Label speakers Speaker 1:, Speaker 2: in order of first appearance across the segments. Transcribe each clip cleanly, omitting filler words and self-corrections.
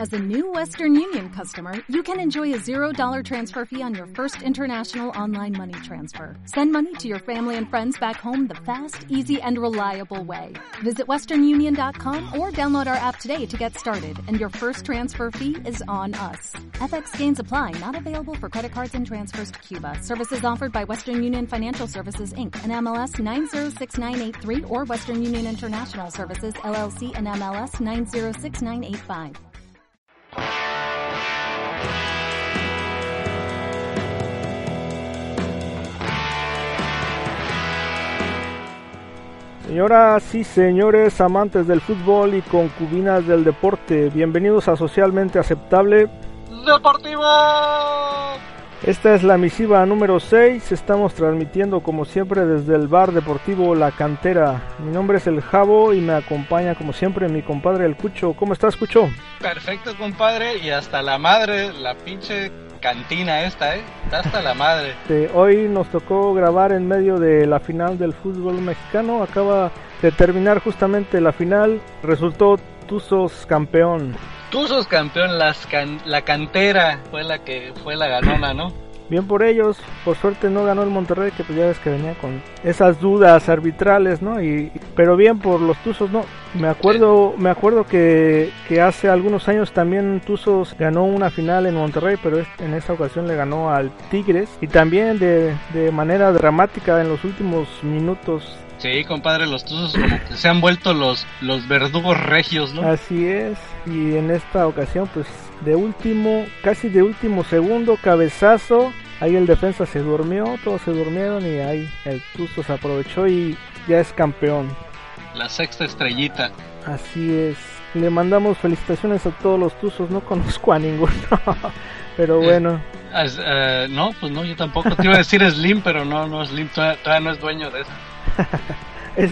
Speaker 1: As a new Western Union customer, you can enjoy a $0 transfer fee on your first international online money transfer. Send money to your family and friends back home the fast, easy, and reliable way. Visit westernunion.com or download our app today to get started, and your first transfer fee is on us. FX gains apply, not available for credit cards and transfers to Cuba. Services offered by Western Union Financial Services, Inc., and MLS 906983, or Western Union International Services, LLC, and MLS 906985.
Speaker 2: Señoras y señores amantes del fútbol y concubinas del deporte, bienvenidos a Socialmente Aceptable
Speaker 3: Deportivo.
Speaker 2: Esta es la misiva número 6, estamos transmitiendo como siempre desde el bar deportivo La Cantera. Mi nombre es el Jabo y me acompaña como siempre mi compadre el Cucho. ¿Cómo estás, Cucho?
Speaker 3: Perfecto, compadre, y hasta la madre, la pinche cantina esta, está hasta la madre.
Speaker 2: Hoy nos tocó grabar en medio de la final del fútbol mexicano, acaba de terminar justamente la final, resultó Tuzos campeón.
Speaker 3: Tuzos campeón, la Cantera fue la ganona, ¿no?
Speaker 2: Bien por ellos, por suerte no ganó el Monterrey, que pues ya ves que venía con esas dudas arbitrales, ¿no? Pero bien por los Tuzos, ¿no? Me acuerdo que hace algunos años también Tuzos ganó una final en Monterrey, pero en esta ocasión le ganó al Tigres, y también de manera dramática en los últimos minutos.
Speaker 3: Sí, compadre, los Tuzos como que se han vuelto los verdugos regios, ¿no?
Speaker 2: Así es, y en esta ocasión pues casi de último segundo, cabezazo, ahí el defensa se durmió, todos se durmieron y ahí el Tuzos aprovechó y ya es campeón.
Speaker 3: La sexta estrellita.
Speaker 2: Así es, le mandamos felicitaciones a todos los Tuzos, no conozco a ninguno, pero bueno.
Speaker 3: No, pues no, yo tampoco, te iba a decir Slim, pero no Slim, todavía no es dueño de eso.
Speaker 2: Es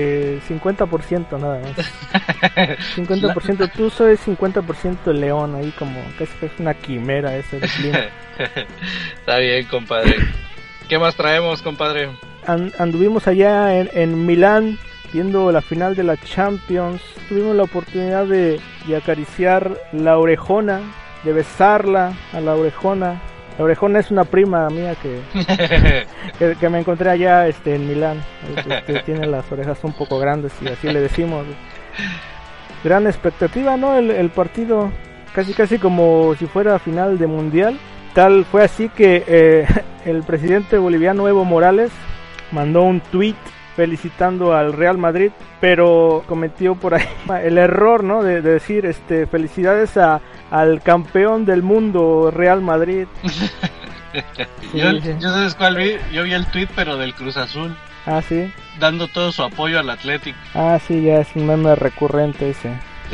Speaker 2: 50% nada más. 50% Tuzo, es 50% León, ahí como casi es una quimera ese de Slim.
Speaker 3: Está bien, compadre. ¿Qué más traemos, compadre?
Speaker 2: Anduvimos allá en Milán viendo la final de la Champions. Tuvimos la oportunidad de acariciar la orejona, de besarla a la orejona. La orejona es una prima mía que me encontré allá en Milán. Tiene las orejas un poco grandes y así le decimos. Gran expectativa, ¿no? El partido casi como si fuera final de mundial. Tal fue así que el presidente boliviano Evo Morales mandó un tweet felicitando al Real Madrid, pero cometió por ahí el error, ¿no? De decir felicidades al campeón del mundo Real Madrid.
Speaker 3: Sí, yo sabes cuál vi, yo vi el tweet pero del Cruz Azul.
Speaker 2: Ah, sí.
Speaker 3: Dando todo su apoyo al Atlético.
Speaker 2: Ah, sí, ya es un meme recurrente ese.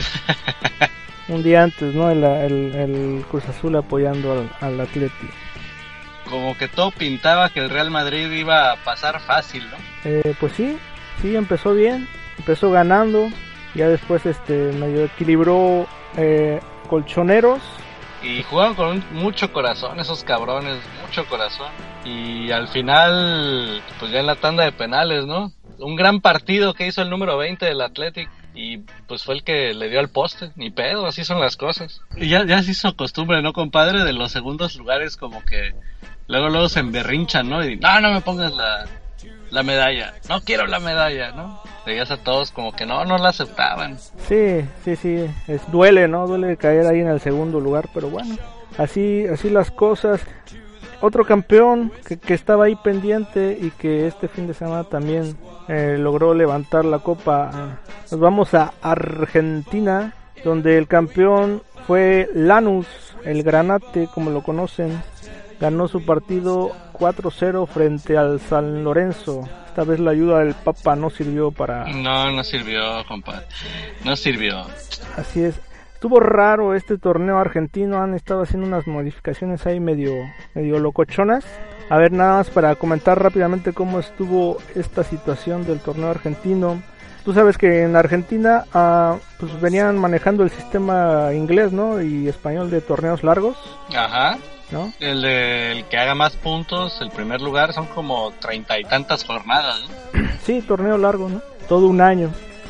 Speaker 2: Un día antes, ¿no? El Cruz Azul apoyando al Atlético.
Speaker 3: Como que todo pintaba que el Real Madrid iba a pasar fácil, ¿no?
Speaker 2: Pues sí, empezó bien, empezó ganando, ya después medio equilibró colchoneros.
Speaker 3: Y jugaron con mucho corazón esos cabrones, mucho corazón. Y al final, pues ya en la tanda de penales, ¿no? Un gran partido que hizo el número 20 del Athletic. Y pues fue el que le dio al poste, ni pedo, así son las cosas. Y ya se hizo costumbre, ¿no, compadre? De los segundos lugares como que luego se emberrinchan, ¿no? Y no me pongas la medalla, no quiero la medalla, ¿no? Veías a todos como que no la aceptaban.
Speaker 2: Sí, duele, ¿no? Duele caer ahí en el segundo lugar, pero bueno, así las cosas. Otro campeón que estaba ahí pendiente y que este fin de semana también logró levantar la copa. Nos vamos a Argentina, donde el campeón fue Lanús, el Granate, como lo conocen. Ganó su partido 4-0 frente al San Lorenzo. Esta vez la ayuda del Papa no sirvió para...
Speaker 3: No sirvió, compadre. No sirvió.
Speaker 2: Así es. Estuvo raro este torneo argentino. Han estado haciendo unas modificaciones ahí medio locochonas. A ver, nada más para comentar rápidamente cómo estuvo esta situación del torneo argentino. Tú sabes que en Argentina pues venían manejando el sistema inglés, ¿no? Y español de torneos largos.
Speaker 3: Ajá.
Speaker 2: ¿No?
Speaker 3: El que haga más puntos, el primer lugar, son como 30 y tantas jornadas, ¿no?
Speaker 2: Sí, torneo largo, ¿no? Todo un año.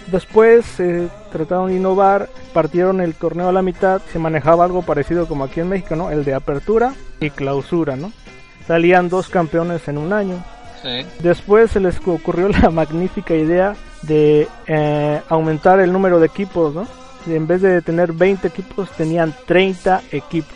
Speaker 2: Después trataron de innovar, partieron el torneo a la mitad, se manejaba algo parecido como aquí en México, ¿no? El de apertura y clausura, ¿no? Salían 2 campeones en un año.
Speaker 3: Sí.
Speaker 2: Después se les ocurrió la magnífica idea de aumentar el número de equipos, ¿no? Y en vez de tener 20 equipos, tenían 30 equipos.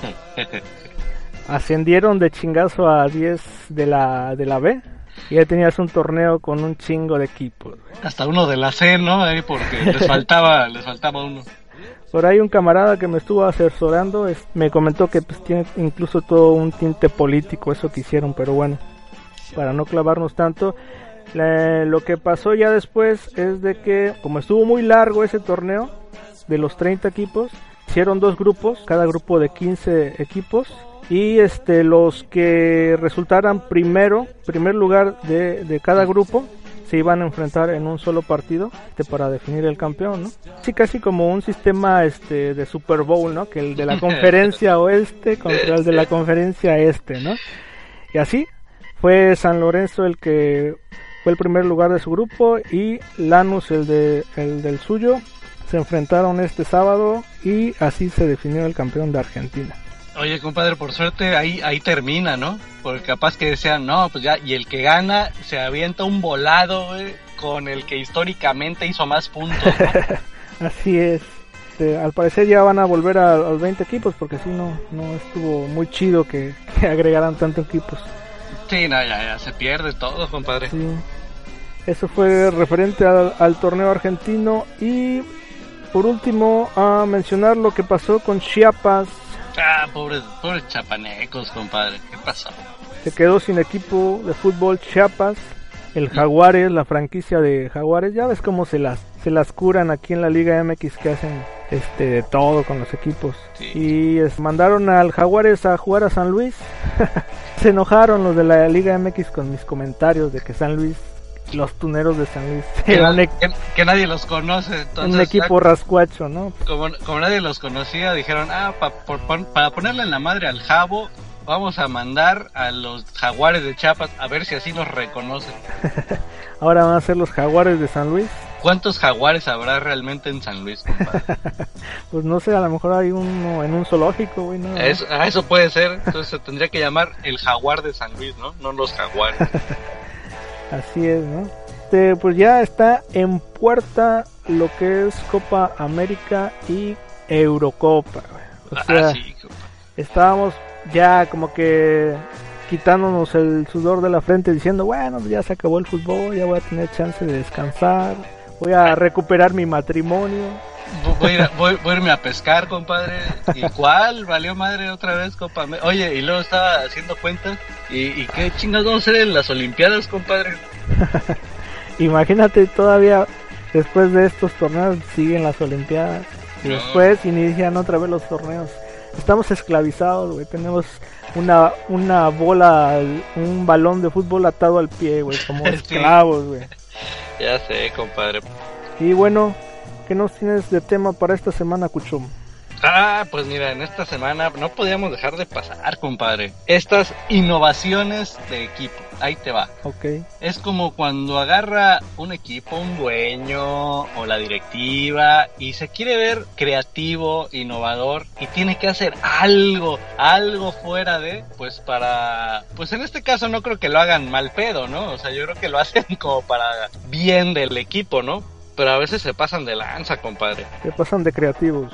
Speaker 2: Ascendieron de chingazo a 10 de la B. Y ya tenías un torneo con un chingo de equipos.
Speaker 3: Hasta uno de la C, ¿no? Ahí porque les faltaba uno.
Speaker 2: Por ahí un camarada que me estuvo asesorando me comentó que pues tiene incluso todo un tinte político eso que hicieron, pero bueno, para no clavarnos tanto, lo que pasó ya después es de que como estuvo muy largo ese torneo de los 30 equipos, hicieron 2 grupos, cada grupo de 15 equipos, y los que resultaran primer lugar de cada grupo se iban a enfrentar en un solo partido para definir el campeón, ¿no? Sí, casi como un sistema de Super Bowl, ¿no? Que el de la conferencia oeste contra el de la conferencia este, ¿no? Y así fue San Lorenzo el que fue el primer lugar de su grupo y Lanús el del suyo. Se enfrentaron este sábado y así se definió el campeón de Argentina.
Speaker 3: Oye, compadre, por suerte ahí termina, ¿no? Porque capaz que decían, no, pues ya, y el que gana se avienta un volado, güey, con el que históricamente hizo más puntos, ¿no?
Speaker 2: Así es. Al parecer ya van a volver a los 20 equipos, porque si no estuvo muy chido que agregaran tantos equipos.
Speaker 3: Sí, no, ya se pierde todo, compadre.
Speaker 2: Sí. Eso fue referente al torneo argentino. Y por último, a mencionar lo que pasó con Chiapas.
Speaker 3: Ah, pobres chapanecos, compadre. ¿Qué pasó?
Speaker 2: Se quedó sin equipo de fútbol Chiapas. El Jaguares, la franquicia de Jaguares, ya ves cómo se las curan aquí en la Liga MX, que hacen de todo con los equipos.
Speaker 3: Sí.
Speaker 2: Y mandaron al Jaguares a jugar a San Luis. Se enojaron los de la Liga MX con mis comentarios de que San Luis, los tuneros de San Luis,
Speaker 3: que nadie los conoce, entonces,
Speaker 2: un equipo rascuacho, ¿no?
Speaker 3: Como nadie los conocía, dijeron, para ponerle en la madre al Jabo, vamos a mandar a los Jaguares de Chiapas a ver si así nos reconocen.
Speaker 2: Ahora van a ser los Jaguares de San Luis.
Speaker 3: ¿Cuántos Jaguares habrá realmente en San Luis, compadre?
Speaker 2: Pues no sé, a lo mejor hay uno en un zoológico, güey, ¿no?
Speaker 3: Eso puede ser, entonces se tendría que llamar el Jaguar de San Luis, ¿no? No los Jaguares.
Speaker 2: Así es, ¿no? Pues ya está en puerta lo que es Copa América y Eurocopa, güey. O sea,
Speaker 3: sí,
Speaker 2: estábamos ya como que quitándonos el sudor de la frente diciendo, bueno, ya se acabó el fútbol, ya voy a tener chance de descansar, voy a recuperar mi matrimonio.
Speaker 3: Voy a irme a pescar, compadre. ¿Y cuál? Valió madre otra vez, Copa. Oye, y luego estaba haciendo cuentas. ¿Y qué chingados vamos a hacer en las Olimpiadas, compadre?
Speaker 2: Imagínate, todavía después de estos torneos siguen las Olimpiadas. Y después inician otra vez los torneos. Estamos esclavizados, güey. Tenemos una bola, un balón de fútbol atado al pie, güey. Como esclavos, güey.
Speaker 3: Ya sé, compadre.
Speaker 2: Y bueno, ¿qué nos tienes de tema para esta semana, Cuchum?
Speaker 3: Pues mira, en esta semana no podíamos dejar de pasar, compadre, estas innovaciones de equipo. Ahí te va.
Speaker 2: Okay.
Speaker 3: Es como cuando agarra un equipo, un dueño o la directiva y se quiere ver creativo, innovador y tiene que hacer algo fuera de, pues en este caso no creo que lo hagan mal pedo, ¿no? O sea, yo creo que lo hacen como para bien del equipo, ¿no? Pero a veces se pasan de lanza, compadre.
Speaker 2: Se pasan de creativos.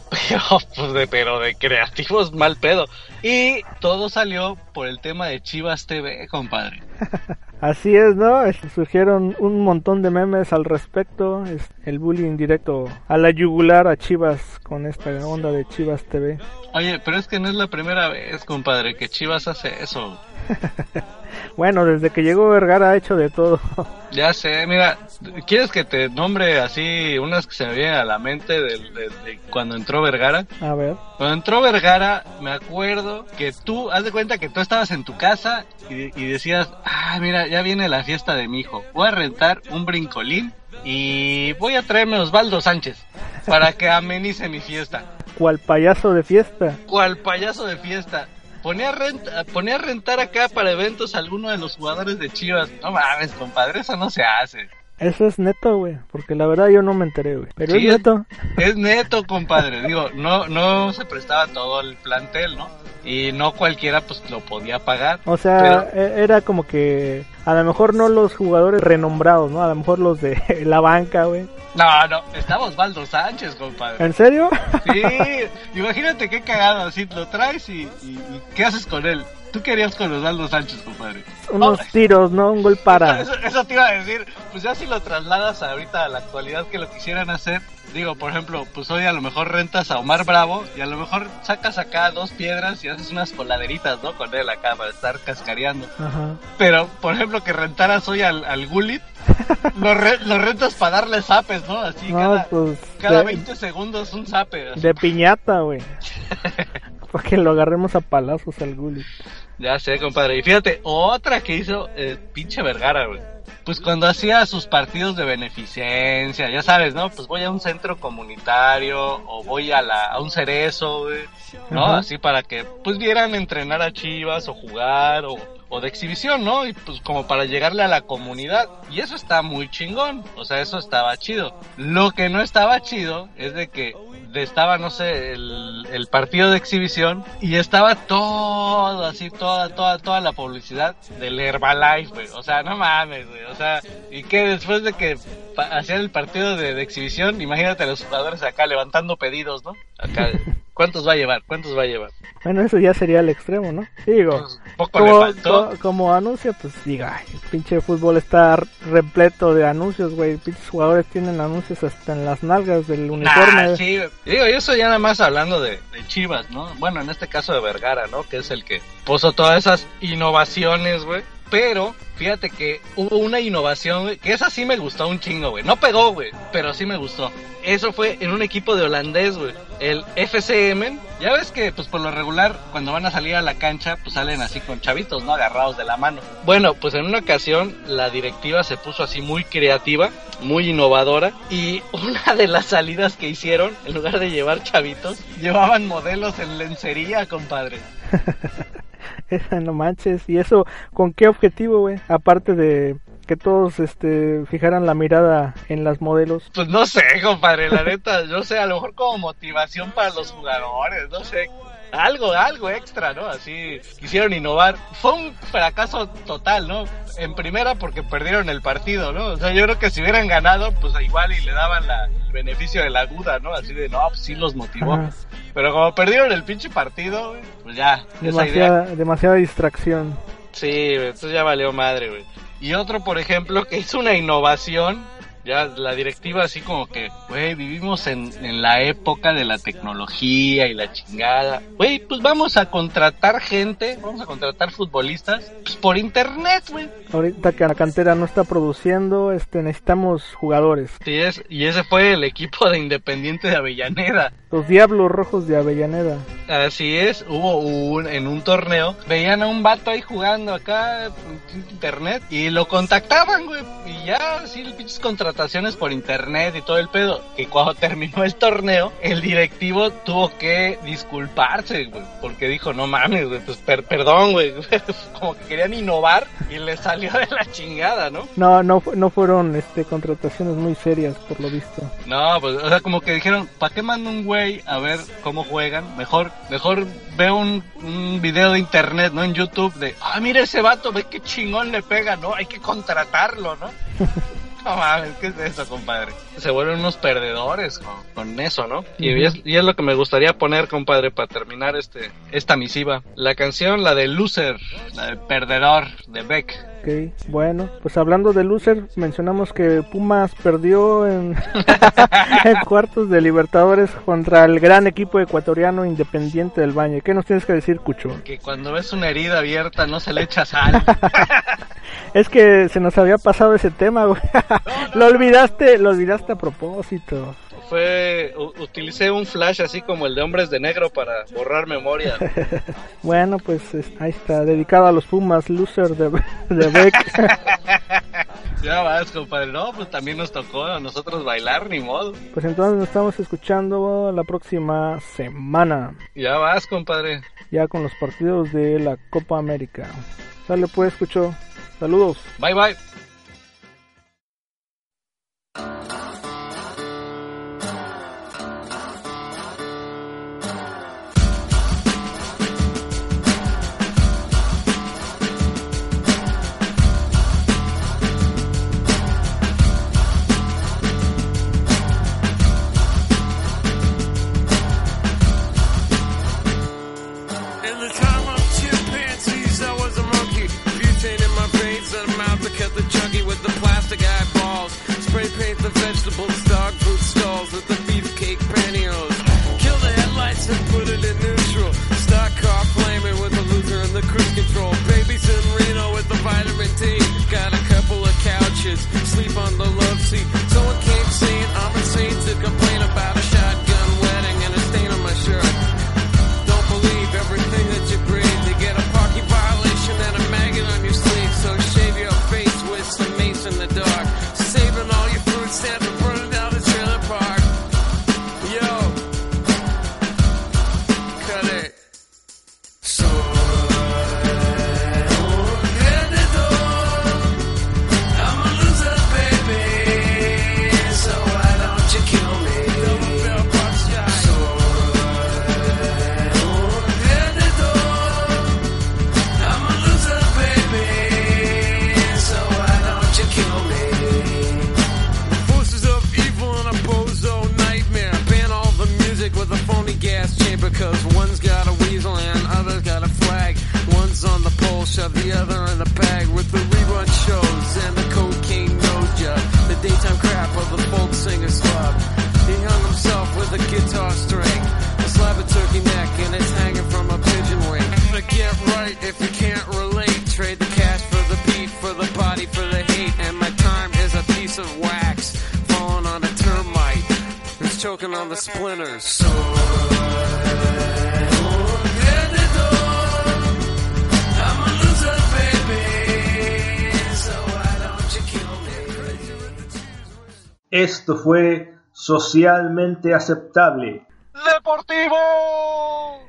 Speaker 3: Pero de creativos mal pedo. Y todo salió por el tema de Chivas TV, compadre.
Speaker 2: Así es, ¿no? Surgieron un montón de memes al respecto. El bullying directo a la yugular a Chivas con esta onda de Chivas TV.
Speaker 3: Oye, pero es que no es la primera vez, compadre, que Chivas hace eso.
Speaker 2: Bueno, desde que llegó Vergara ha hecho de todo.
Speaker 3: Ya sé, mira, ¿quieres que te nombre así unas que se me vienen a la mente de cuando entró Vergara?
Speaker 2: A ver.
Speaker 3: Cuando entró Vergara, me acuerdo que tú, haz de cuenta que tú estabas en tu casa y decías, mira, ya viene la fiesta de mi hijo, voy a rentar un brincolín y voy a traerme a Osvaldo Sánchez para que amenice mi fiesta.
Speaker 2: ¿Cuál payaso de fiesta?
Speaker 3: ¿Cuál payaso de fiesta? Ponía a rentar acá para eventos a alguno de los jugadores de Chivas. No mames, compadre, eso no se hace.
Speaker 2: Eso es neto, güey, porque la verdad yo no me enteré, güey. Pero
Speaker 3: Sí,
Speaker 2: es neto.
Speaker 3: Es neto, compadre. Digo, no se prestaba todo el plantel, ¿no? Y no cualquiera pues lo podía pagar.
Speaker 2: O sea,
Speaker 3: Pero
Speaker 2: era como que a lo mejor no los jugadores renombrados, ¿no? A lo mejor los de la banca, güey.
Speaker 3: no, estaba Osvaldo Sánchez, compadre.
Speaker 2: ¿En serio?
Speaker 3: Sí, imagínate qué cagado, así lo traes y ¿qué haces con él? ¿Tú querías con Osvaldo Sánchez, compadre?
Speaker 2: Unos tiros, ¿no? Un gol para.
Speaker 3: Eso te iba a decir, pues ya si lo trasladas ahorita a la actualidad que lo quisieran hacer, digo, por ejemplo, pues hoy a lo mejor rentas a Omar Bravo y a lo mejor sacas acá 2 piedras y haces unas coladeritas, ¿no? Con él acá para estar cascareando.
Speaker 2: Ajá.
Speaker 3: Pero, por ejemplo, que rentaras hoy al Gullit, lo rentas para darle zapes, ¿no? Así
Speaker 2: No, pues,
Speaker 3: cada 20 segundos un zape. Así.
Speaker 2: de piñata, güey. Para que lo agarremos a palazos al Gullit.
Speaker 3: Ya sé, compadre. Y fíjate, otra que hizo pinche Vergara, güey. Pues cuando hacía sus partidos de beneficencia, ya sabes, ¿no? Pues voy a un centro comunitario o voy a un cerezo, güey, ¿no?
Speaker 2: Ajá.
Speaker 3: Así para que pues vieran entrenar a Chivas o jugar o de exhibición, ¿no? Y pues como para llegarle a la comunidad. Y eso está muy chingón, o sea, eso estaba chido. Lo que no estaba chido es de que estaba, no sé, el partido de exhibición y estaba todo así, toda la publicidad del Herbalife, güey. O sea, no mames, güey. O sea, y que después de que hacían el partido de exhibición, imagínate a los jugadores acá levantando pedidos, ¿no? Acá, ¿cuántos va a llevar?
Speaker 2: Bueno, eso ya sería el extremo, ¿no? Sí, digo,
Speaker 3: Pues, poco le faltó.
Speaker 2: como anuncia, pues diga, el pinche fútbol está repleto de anuncios, güey. Pinches jugadores tienen anuncios hasta en las nalgas del uniforme.
Speaker 3: Nah, sí, digo, y eso ya nada más hablando de Chivas, ¿no? Bueno, en este caso de Vergara, ¿no? Que es el que puso todas esas innovaciones, güey. Pero, fíjate que hubo una innovación, güey, que esa sí me gustó un chingo, güey. No pegó, güey, pero sí me gustó. Eso fue en un equipo de holandés, güey. El FC Emmen. Ya ves que, pues por lo regular, cuando van a salir a la cancha, pues salen así con chavitos, ¿no? Agarrados de la mano. Bueno, pues en una ocasión, la directiva se puso así muy creativa, muy innovadora. Y una de las salidas que hicieron, en lugar de llevar chavitos, llevaban modelos en lencería, compadre.
Speaker 2: No manches. ¿Y eso con qué objetivo, güey? Aparte de que todos fijaran la mirada en las modelos.
Speaker 3: Pues no sé, compadre, la neta, yo sé, a lo mejor como motivación para los jugadores, no sé, algo extra, ¿no? Así quisieron innovar. Fue un fracaso total, ¿no? En primera porque perdieron el partido, ¿no? O sea, yo creo que si hubieran ganado, pues igual y le daban el beneficio de la duda, ¿no? Así de, no, pues sí los motivó.
Speaker 2: Ajá.
Speaker 3: Pero como perdieron el pinche partido, pues ya, esa idea.
Speaker 2: Demasiada distracción.
Speaker 3: Sí, entonces ya valió madre, güey. Y otro, por ejemplo, que hizo una innovación, ya la directiva así como que, güey, vivimos en la época de la tecnología y la chingada. Güey, pues vamos a contratar gente, vamos a contratar futbolistas, pues por internet, güey.
Speaker 2: Ahorita que la cantera no está produciendo, necesitamos jugadores.
Speaker 3: Sí, y ese fue el equipo de Independiente de Avellaneda.
Speaker 2: Los Diablos Rojos de Avellaneda.
Speaker 3: Así es, hubo en un torneo, veían a un vato ahí jugando acá en internet y lo contactaban, güey, y ya, así, pinches contrataciones por internet y todo el pedo, que cuando terminó el torneo, el directivo tuvo que disculparse, güey, porque dijo, no mames, güey, pues perdón, güey, como que querían innovar y le salió de la chingada, ¿no?
Speaker 2: No fueron contrataciones muy serias, por lo visto.
Speaker 3: No, pues, o sea, como que dijeron, ¿para qué mando un güey a ver cómo juegan? Mejor veo un video de internet, ¿no? En YouTube de, mira ese vato, ve qué chingón le pega, ¿no? Hay que contratarlo, ¿no? No mames, ¿qué es eso, compadre? Se vuelven unos perdedores con eso, ¿no? Y es lo que me gustaría poner, compadre, para terminar esta misiva. La canción, la de Loser, la del perdedor, de Beck.
Speaker 2: Ok, bueno, pues hablando de Loser, mencionamos que Pumas perdió en cuartos de Libertadores contra el gran equipo ecuatoriano Independiente del Valle. ¿Qué nos tienes que decir, Cucho?
Speaker 3: Que cuando ves una herida abierta no se le echa sal.
Speaker 2: Es que se nos había pasado ese tema, güey. Lo olvidaste a propósito.
Speaker 3: Utilicé un flash así como el de Hombres de Negro para borrar memoria.
Speaker 2: Bueno, pues ahí está, dedicado a los Pumas, Loser de Beck.
Speaker 3: Ya vas, compadre. No, pues también nos tocó a nosotros bailar, ni modo.
Speaker 2: Pues entonces nos estamos escuchando la próxima semana.
Speaker 3: Ya vas, compadre.
Speaker 2: Ya con los partidos de la Copa América. Sale pues, Cucho. Saludos.
Speaker 3: Bye, bye.
Speaker 4: cause one's got a weasel and other's got a flag. One's on the pole, shove the other in the bag with the rerun shows and the cocaine nose job. The daytime crap of the folk singer's club. He hung himself with a guitar string, a slab of turkey neck, and it's hanging from a pigeon wing. But get right if you can't relate. Trade the cash for the beat, for the body, for the hate. And my time is a piece of wax falling on a termite who's choking on the splinters. So I'm a loser, baby. So why don't you kill me?
Speaker 2: Esto fue Socialmente Aceptable.
Speaker 3: ¡Deportivo!